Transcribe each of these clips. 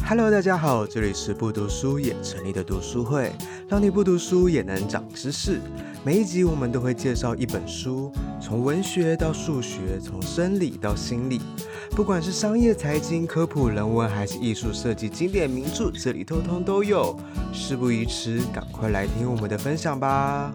Hello， 大家好，这里是不读书也成立的读书会，让你不读书也能长知识。每一集我们都会介绍一本书，从文学到数学，从生理到心理，不管是商业、财经、科普、人文，还是艺术设计、经典名著，这里通通都有。事不宜迟，赶快来听我们的分享吧。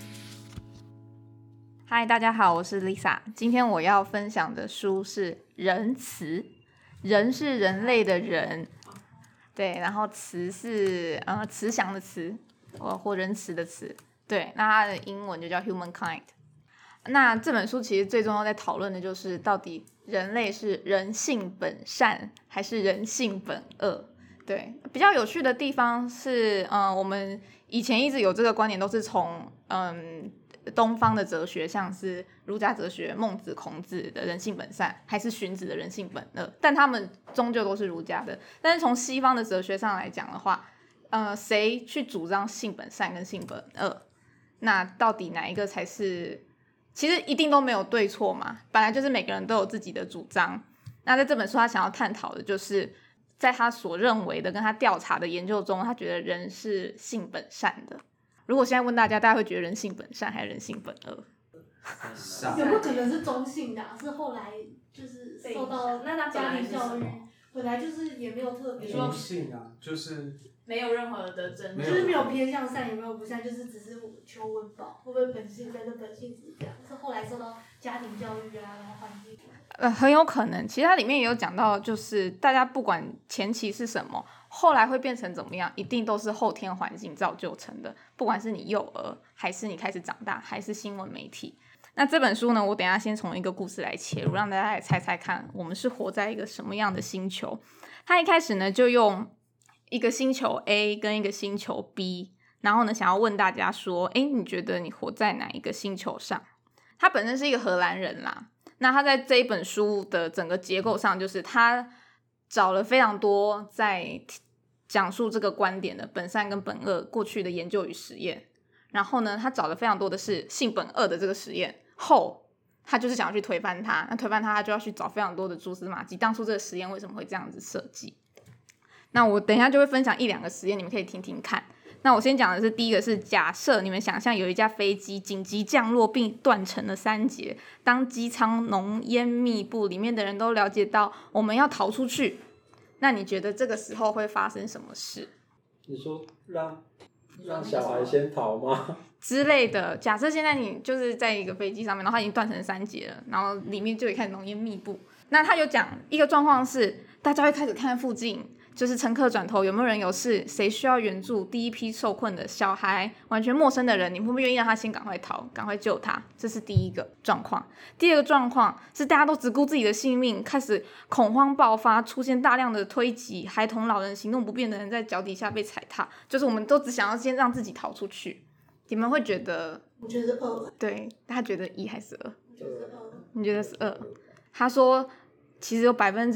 嗨，大家好，我是 Lisa。今天我要分享的书是《人慈》，人是人类的人，对，然后慈是慈祥的慈，或仁慈的慈，对，那它的英文就叫 humankind。那这本书其实最重要在讨论的就是到底人类是人性本善还是人性本恶。对，比较有趣的地方是我们以前一直有这个观点，都是从东方的哲学，像是儒家哲学孟子孔子的人性本善，还是荀子的人性本恶，但他们终究都是儒家的。但是从西方的哲学上来讲的话，谁去主张性本善跟性本恶，那到底哪一个才是，其实一定都没有对错嘛，本来就是每个人都有自己的主张。那在这本书他想要探讨的就是在他所认为的跟他调查的研究中，他觉得人是性本善的。如果现在问大家，大家会觉得人性本善还是人性本恶？ 有没有可能是中性的是后来就是受到那家庭教育，本来就是也没有特别中性啊，就是没有任何的争执， 就是没有偏向善，也没有不善，就是只是求温饱，会不会本性人的本性只是这样？是后来受到家庭教育啊，然后环境。 很有可能，其实它里面也有讲到，就是大家不管前期是什么，后来会变成怎么样，一定都是后天环境造就成的。不管是你幼儿，还是你开始长大，还是新闻媒体。那这本书呢，我等一下先从一个故事来切入，让大家来猜猜看，我们是活在一个什么样的星球。他一开始呢，就用一个星球 A 跟一个星球 B， 然后呢，想要问大家说，你觉得你活在哪一个星球上？他本身是一个荷兰人啦。那他在这一本书的整个结构上，就是他找了非常多在讲述这个观点的本善跟本恶过去的研究与实验，然后呢，他找了非常多的是性本恶的这个实验后，他就是想要去推翻它。那推翻它，他就要去找非常多的蛛丝马迹，当初这个实验为什么会这样子设计。那我等一下就会分享1-2个实验，你们可以听听看。那我先讲的是第一个，是假设你们想象有一架飞机紧急降落并断成了3节，当机舱浓烟密布，里面的人都了解到我们要逃出去，那你觉得这个时候会发生什么事？ 你说让小孩先逃吗？ 之类的。假设现在你就是在一个飞机上面，然后它已经断成3节了，然后里面就会开始浓烟密布。那他有讲一个状况是，大家会开始看附近，就是乘客转头有没有人有事，谁需要援助，第一批受困的小孩，完全陌生的人，你会不会愿意让他先赶快逃，赶快救他？这是第一个状况。第二个状况是大家都只顾自己的性命，开始恐慌爆发，出现大量的推挤，孩童老人行动不便的人在脚底下被踩踏，就是我们都只想要先让自己逃出去。你们会觉得？ 我觉得是2。 对，他觉得1还是2？ 我觉得是2。 你觉得是2？他说其实有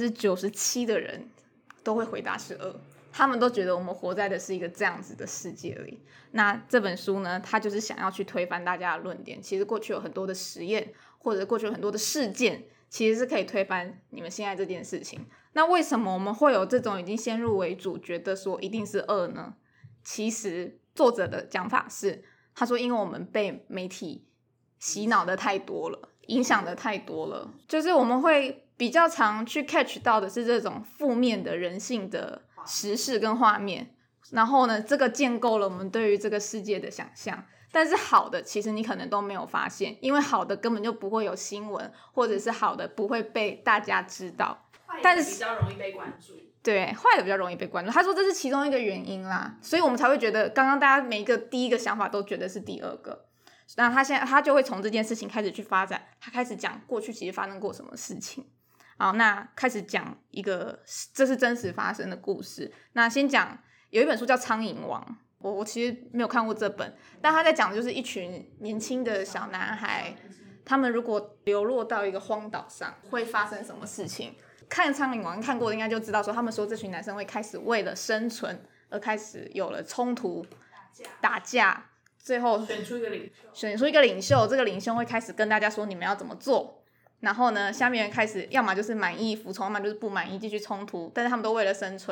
97%的人都会回答是2，他们都觉得我们活在的是一个这样子的世界而已。那这本书呢，它就是想要去推翻大家的论点。其实过去有很多的实验，或者过去有很多的事件，其实是可以推翻你们现在这件事情。那为什么我们会有这种已经先入为主，觉得说一定是2呢？其实作者的讲法是，他说因为我们被媒体洗脑的太多了，影响的太多了，就是我们会比较常去 catch 到的是这种负面的人性的时事跟画面，然后呢，这个建构了我们对于这个世界的想象。但是好的其实你可能都没有发现，因为好的根本就不会有新闻，或者是好的不会被大家知道， 但是比较容易被关注。 对，坏的比较容易被关注。他说这是其中一个原因啦，所以我们才会觉得刚刚大家每一个第一个想法都觉得是第2个。那他就会从这件事情开始去发展，他开始讲过去其实发生过什么事情。好，那开始讲一个这是真实发生的故事。那先讲有一本书叫《苍蝇王》，我其实没有看过这本，但他在讲的就是一群年轻的小男孩，他们如果流落到一个荒岛上会发生什么事情。看《苍蝇王》看过的应该就知道说，他们说这群男生会开始为了生存而开始有了冲突、打架，最后选出一个领袖，这个领袖会开始跟大家说你们要怎么做。然后呢，下面人开始要么就是满意服从，要么就是不满意继续冲突，但是他们都为了生存，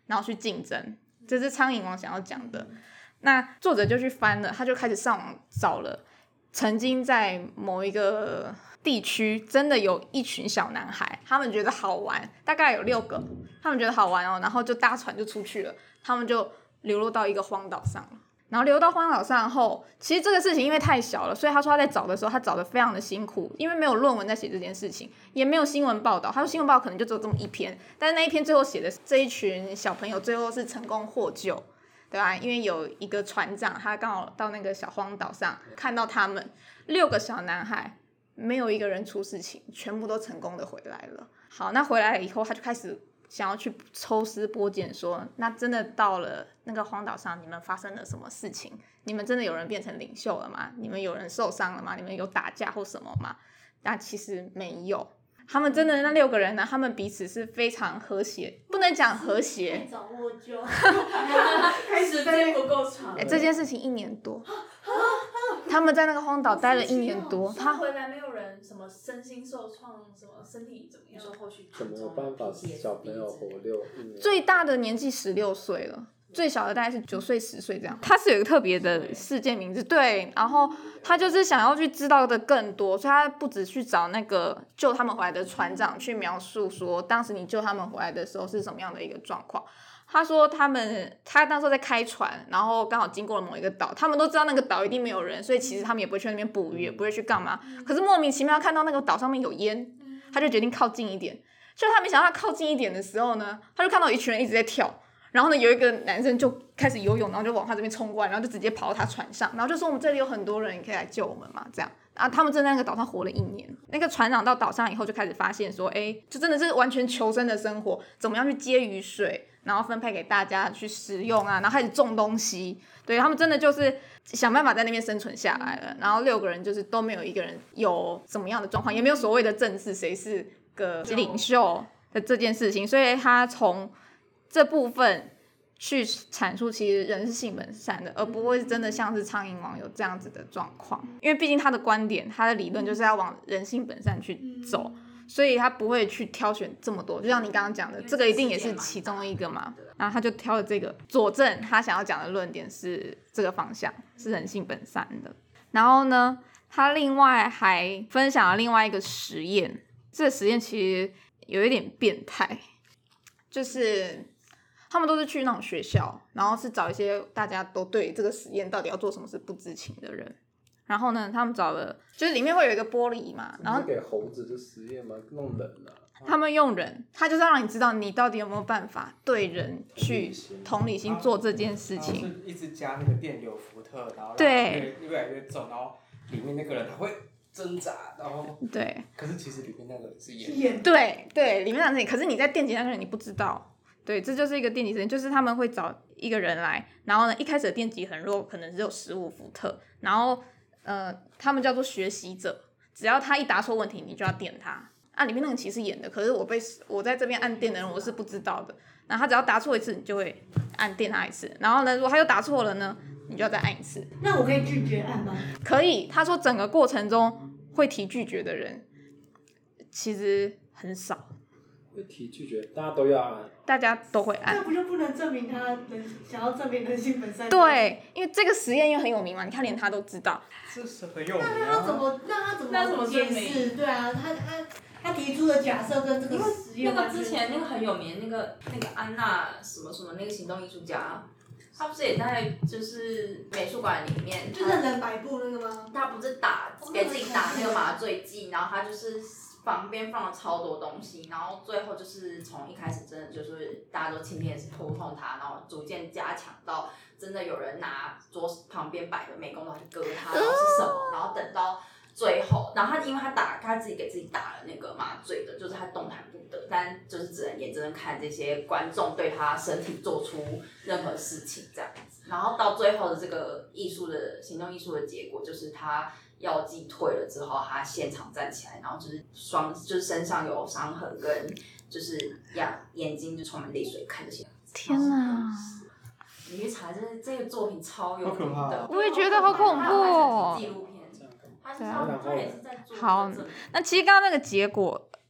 然后去竞争，这是苍蝇王想要讲的。那作者就去翻了，他就开始上网找了曾经在某一个地区真的有一群小男孩，他们觉得好玩，大概有6个，他们觉得好玩哦，然后就搭船就出去了，他们就流落到一个荒岛上了。然后流到荒岛上后，其实这个事情因为太小了，所以他说他在找的时候，他找的非常的辛苦，因为没有论文在写这件事情，也没有新闻报道。他说新闻报道可能就只有这么一篇，但是那一篇最后写的这一群小朋友最后是成功获救，对吧？因为有一个船长，他刚好到那个小荒岛上看到他们6个小男孩，没有一个人出事情，全部都成功的回来了。好，那回来了以后，他就开始想要去抽丝剥茧说，那真的到了那个荒岛上，你们发生了什么事情？你们真的有人变成领袖了吗？你们有人受伤了吗？你们有打架或什么吗？但其实没有。他们真的那6个人呢，他们彼此是非常和谐，不能讲和谐。 太早获救， 时间不够长。 这件事情1年多，他们在那个荒岛待了1年多， 他回来没有人什么身心受创，什么身体怎么样？说后续怎么有办法小朋友活1年？ 最大的年纪16岁了。最小的大概是9岁10岁这样，他是有一个特别的事件名字，对，然后他就是想要去知道的更多，所以他不只去找那个救他们回来的船长去描述说，当时你救他们回来的时候是什么样的一个状况。他说他那时候在开船，然后刚好经过了某一个岛，他们都知道那个岛一定没有人，所以其实他们也不会去那边捕鱼，也不会去干嘛。可是莫名其妙看到那个岛上面有烟，他就决定靠近一点。就他没想到他靠近一点的时候呢，他就看到有一群人一直在跳。然后呢，有一个男生就开始游泳，然后就往他这边冲过来，然后就直接跑到他船上，然后就说我们这里有很多人，你可以来救我们嘛，这样啊。他们真的在那个岛上活了1年。那个船长到岛上以后就开始发现说，就真的是完全求生的生活，怎么样去接雨水，然后分配给大家去食用啊，然后开始种东西。对，他们真的就是想办法在那边生存下来了。然后6个人就是都没有一个人有怎么样的状况，也没有所谓的政治谁是个领袖的这件事情，所以他从这部分去阐述其实人是性本善的，而不会真的像是苍蝇王有这样子的状况。因为毕竟他的观点，他的理论就是要往人性本善去走，所以他不会去挑选这么多。就像你刚刚讲的，这个一定也是其中一个嘛。然后他就挑了这个佐证他想要讲的论点是这个方向，是人性本善的。然后呢，他另外还分享了另外一个实验，这个实验其实有一点变态，就是他们都是去那种学校，然后是找一些大家都对这个实验到底要做什么事不知情的人。然后呢，他们找了，就是里面会有一个玻璃嘛，然后给猴子的实验吗？弄人啊？ 他们用人，他就是要让你知道你到底有没有办法对人去同理心做这件事情。 是一直加那个电流伏特，然后对越来越重，然后里面那个人他会挣扎，然后对， 可是其实里面那个人是演对，里面那个人，可是你在电击那个人你不知道。对，这就是一个电击实验，就是他们会找一个人来，然后呢，一开始的电击很弱，可能只有15伏特，然后他们叫做学习者，只要他一答错问题，你就要电他。啊，里面那个其实演的，可是我在这边按电的人我是不知道的。然后他只要答错一次，你就会按电他一次，然后呢，如果他又答错了呢，你就要再按一次。 那我可以拒绝按吗？ 可以，他说整个过程中会提拒绝的人其实很少。 会提拒绝，大家都要按， 大家都会按， 那不就不能证明他想要证明人性本善？ 对，因为这个实验因为很有名嘛，你看连他都知道， 这是很有名那他怎么解释？对啊，他提出的假设跟这个实验， 那个之前那个很有名那个安娜什么什么那个行动艺术家，他不是也在就是美术馆里面， 就任人摆布那个吗？ 他不是给自己打那个麻醉剂，然后他就是旁边放了超多东西，然后最后就是从一开始真的就是大家都轻蔑是头痛他，然后逐渐加强到真的有人拿桌旁边摆的美工刀去割他，然后是什么，然后等到最后，然后因为他自己给自己打了那个麻醉的，就是他动弹不得，但就是只能眼睁睁看这些观众对他身体做出任何事情这样子，然后到最后的这个行动艺术的结果就是他药剂退了之后，他现场站起来，然后就是身上有伤痕跟就是眼睛就充满泪水看这些。 天哪！ 你去查这个作品超有名的， 我也觉得好恐怖哦。 纪录片，他也是在做。 好，那其实刚刚那个结果，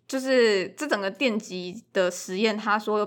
就是这整个电极的实验，他说有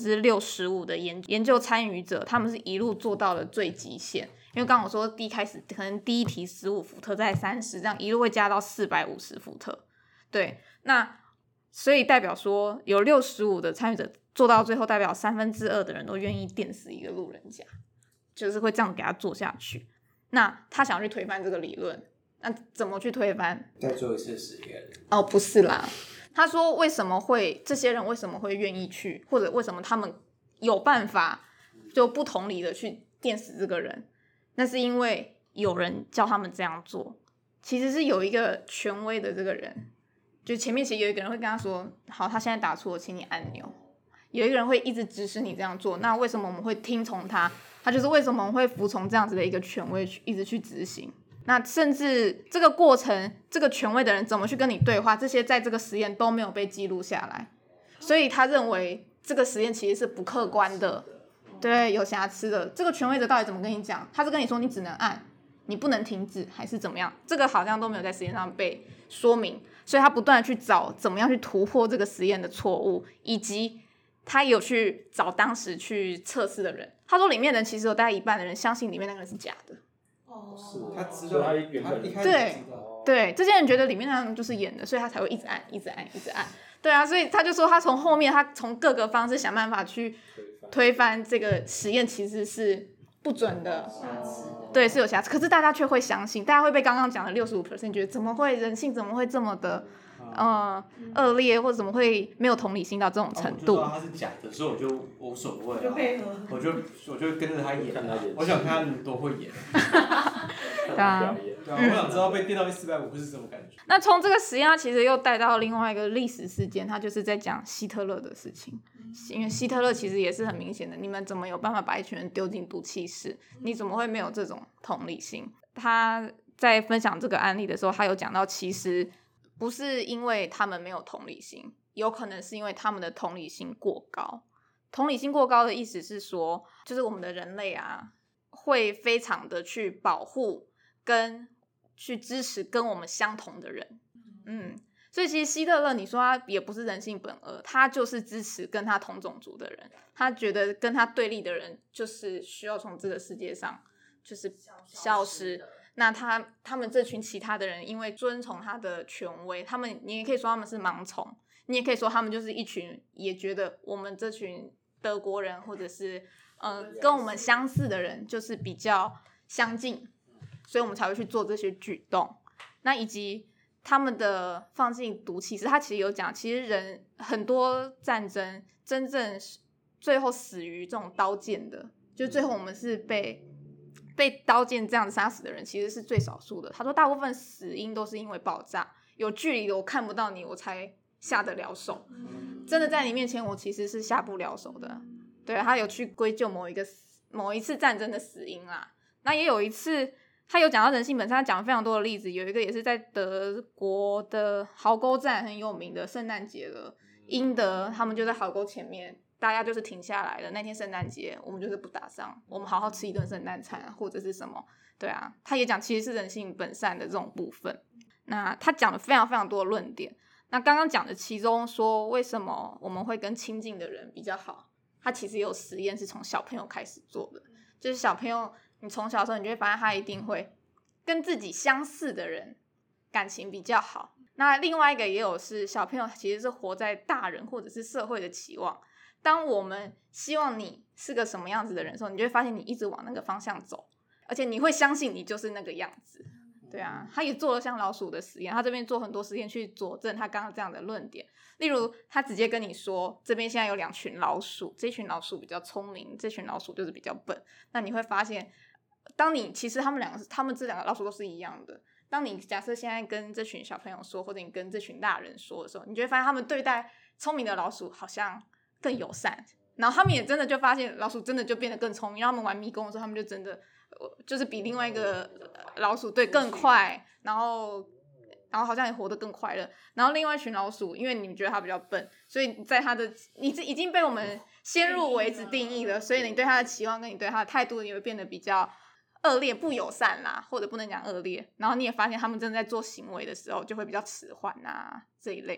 65%的研究参与者，他们是一路做到了最极限。因为刚刚我说一开始可能第一题15伏特，再30，这样一路会加到450伏特。对，那所以代表说有65%的参与者做到最后，代表2/3的人都愿意电死一个路人甲，就是会这样给他做下去。那他想要去推翻这个理论，那怎么去推翻？ 再做一次实验。 哦，不是啦。他说这些人为什么会愿意去，或者为什么他们有办法就不同理的去电死这个人？那是因为有人叫他们这样做，其实是有一个权威的这个人，就前面其实有一个人会跟他说，好，他现在打错了，请你按钮。有一个人会一直指使你这样做，那为什么我们会听从他？他就是为什么我们会服从这样子的一个权威一直去执行。那甚至这个过程，这个权威的人怎么去跟你对话，这些在这个实验都没有被记录下来，所以他认为这个实验其实是不客观的，对，有瑕疵的。这个权威者到底怎么跟你讲？他是跟你说你只能按，你不能停止，还是怎么样？这个好像都没有在实验上被说明，所以他不断的去找怎么样去突破这个实验的错误，以及他也有去找当时去测试的人。他说里面的人其实有大概一半的人相信里面那个人是假的。 是他知道，他一开始知道。 对，这些人觉得里面那人就是演的，所以他才会一直按，一直按，一直按。对啊，所以他就说他从后面，他从各个方式想办法去推翻这个实验，其实是不准的，对，是有瑕疵。可是大家却会相信，大家会被刚刚讲的65%觉得怎么会人性怎么会这么的恶劣，或者怎么会没有同理心到这种程度？ 我就知道他是假的，所以我就无所谓就配合， 我就跟着他演，我想看他多会演。 对啊， 对啊，我想知道被电到450会是什么感觉。 那从这个实验，它其实又带到另外一个历史事件，它就是在讲希特勒的事情。因为希特勒其实也是很明显的，你们怎么有办法把一群人丢进毒气室？你怎么会没有这种同理心？他在分享这个案例的时候，他有讲到，其实不是因为他们没有同理心，有可能是因为他们的同理心过高。同理心过高的意思是说，就是我们的人类啊，会非常的去保护跟去支持跟我们相同的人。所以其实希特勒你说他也不是人性本恶，他就是支持跟他同种族的人，他觉得跟他对立的人就是需要从这个世界上就是消失。那他们这群其他的人因为遵从他的权威，你也可以说他们是盲从，你也可以说他们就是一群也觉得我们这群德国人或者是跟我们相似的人就是比较相近，所以我们才会去做这些举动。那以及他们的放进毒气室，他其实有讲，其实人很多战争真正最后死于这种刀剑的，就最后我们是被刀剑这样子杀死的人其实是最少数的。他说大部分死因都是因为爆炸，有距离的我看不到你我才下得了手，真的在你面前我其实是下不了手的。对，他有去归咎某一次战争的死因啦。那也有一次他有讲到人性本善，他讲了非常多的例子，有一个也是在德国的壕沟战很有名的圣诞节了，英德他们就在壕沟前面，大家就是停下来了，那天圣诞节我们就是不打仗，我们好好吃一顿圣诞餐或者是什么。对啊，他也讲其实是人性本善的这种部分。那他讲了非常非常多的论点，那刚刚讲的其中说为什么我们会跟亲近的人比较好，他其实也有实验是从小朋友开始做的，就是小朋友你从小的时候你就会发现他一定会跟自己相似的人感情比较好。那另外一个也有是小朋友其实是活在大人或者是社会的期望，当我们希望你是个什么样子的人的时候，你就会发现你一直往那个方向走，而且你会相信你就是那个样子。对啊，他也做了像老鼠的实验，他这边做很多实验去佐证他刚刚这样的论点。例如他直接跟你说这边现在有2群老鼠，这群老鼠比较聪明，这群老鼠就是比较笨。那你会发现当你其实他们这两个老鼠都是一样的，当你假设现在跟这群小朋友说，或者你跟这群大人说的时候，你就会发现他们对待聪明的老鼠好像更友善，然后他们也真的就发现老鼠真的就变得更聪明，让他们玩迷宫的时候他们就真的就是比另外一个老鼠对更快，然后好像也活得更快乐。然后另外一群老鼠因为你们觉得它比较笨，所以在它的你已经被我们先入为主定义了，所以你对它的期望跟你对它的态度也会变得比较恶劣不友善啦，或者不能讲恶劣。然后你也发现他们真的在做行为的时候就会比较迟缓啊这一类的。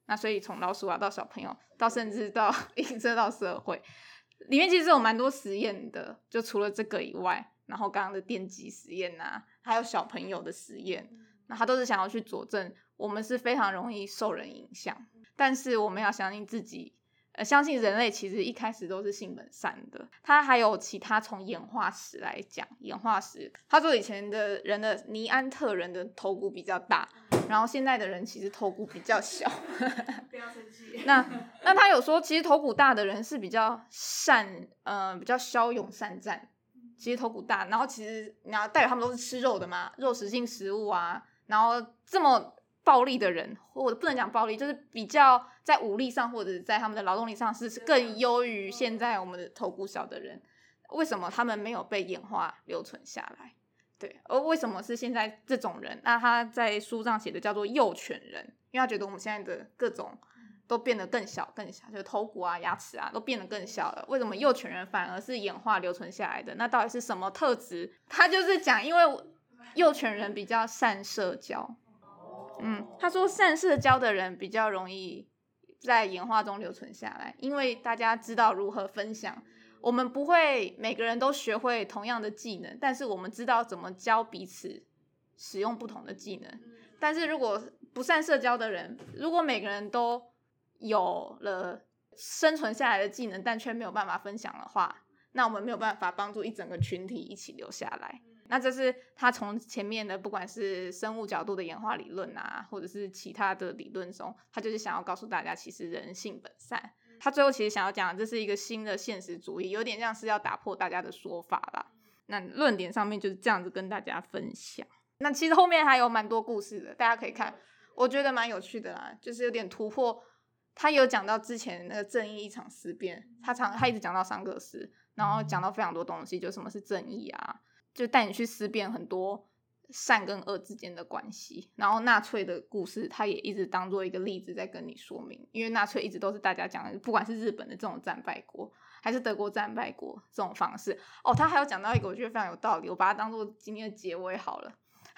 那所以从老鼠啊到小朋友，到甚至到影射到社会，里面其实有蛮多实验的，就除了这个以外，然后刚刚的电击实验啊，还有小朋友的实验，那他都是想要去佐证我们是非常容易受人影响，但是我们要相信自己，相信人类其实一开始都是性本善的。他还有其他从演化史来讲，演化史他说以前的人的尼安特人的头骨比较大，然后现在的人其实头骨比较小。 不要生气。 那他有说，其实头骨大的人是比较比较骁勇善战。其实头骨大，然后其实你要代表他们都是吃肉的嘛，肉食性食物啊，然后这么暴力的人，或者不能讲暴力，就是比较在武力上或者在他们的劳动力上是更优于现在我们的头骨小的人。为什么他们没有被演化留存下来？对，而为什么是现在这种人？那他在书上写的叫做幼犬人，因为他觉得我们现在的各种都变得更小，就是头骨啊、牙齿啊都变得更小了。为什么幼犬人反而是演化留存下来的？那到底是什么特质？他就是讲，因为幼犬人比较善社交。他说善社交的人比较容易在演化中留存下来，因为大家知道如何分享。我们不会每个人都学会同样的技能，但是我们知道怎么教彼此使用不同的技能。但是如果不善社交的人，如果每个人都有了生存下来的技能，但却没有办法分享的话，那我们没有办法帮助一整个群体一起留下来。那这是他从前面的不管是生物角度的演化理论啊，或者是其他的理论中，他就是想要告诉大家其实人性本善。他最后其实想要讲的这是一个新的现实主义，有点像是要打破大家的说法啦。那论点上面就是这样子跟大家分享。那其实后面还有蛮多故事的，大家可以看，我觉得蛮有趣的啦，就是有点突破。他有讲到之前那个正义一场思辨，他一直讲到桑格斯，然后讲到非常多东西，就什么是正义啊，就带你去思辨很多善跟恶之间的关系。然后纳粹的故事他也一直当做一个例子在跟你说明，因为纳粹一直都是大家讲的，不管是日本的这种战败国还是德国战败国这种方式。他还有讲到一个我觉得非常有道理，我把它当做今天的结尾好了。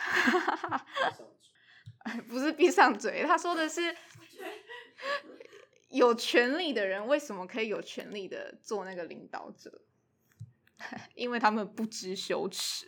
不是闭上嘴，他说的是有权力的人为什么可以有权力的做那个领导者？因为他们不知羞耻。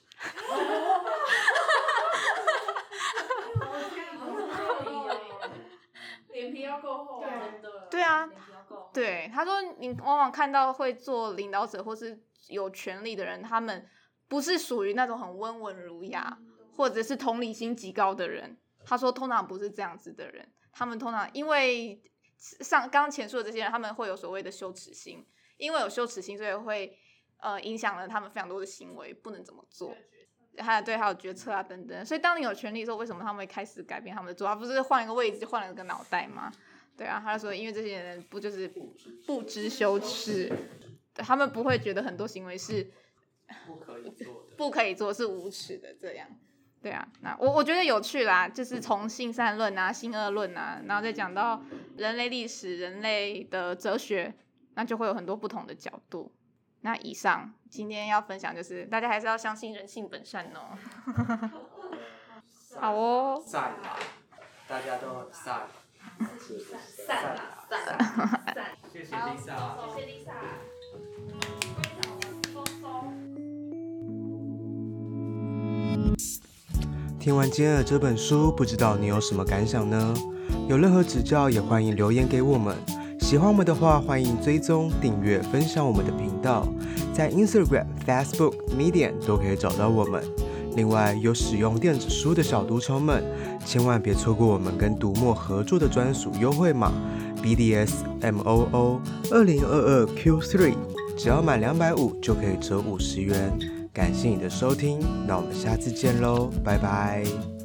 脸皮要够厚， 真的。 对啊，对，他说你往往看到会做领导者或是有权力的人，他们不是属于那种很温文儒雅或者是同理心极高的人。他说通常不是这样子的人，他们通常因为刚刚前述的这些人，他们会有所谓的羞耻心，因为有羞耻心，所以会影响了他们非常多的行为，不能怎么做。还有决策啊等等。所以当你有权利的时候，为什么他们会开始改变他们的做法？不是换一个位置就换了一个脑袋吗？对啊，他就说因为这些人不就是不知羞耻，他们不会觉得很多行为是不可以做，是无耻的这样。对啊，那我觉得有趣啦，就是从性善论啊、性恶论啊，然后再讲到人类历史、人类的哲学，那就会有很多不同的角度。那以上今天要分享就是大家还是要相信人性本善哦。好哦， 善啊，大家都很善。 善。 谢谢 Lisa。 谢谢 Lisa。 听完今天的这本书，不知道你有什么感想呢？有任何指教也欢迎留言给我们。喜欢我们的话，欢迎追踪、订阅、分享我们的频道，在 Instagram、Facebook、Medium 都可以找到我们。另外，有使用电子书的小读虫们，千万别错过我们跟读墨合作的专属优惠码 BDSMOO 2022 Q3， 只要满250就可以折50元。感谢你的收听，那我们下次见喽，拜拜。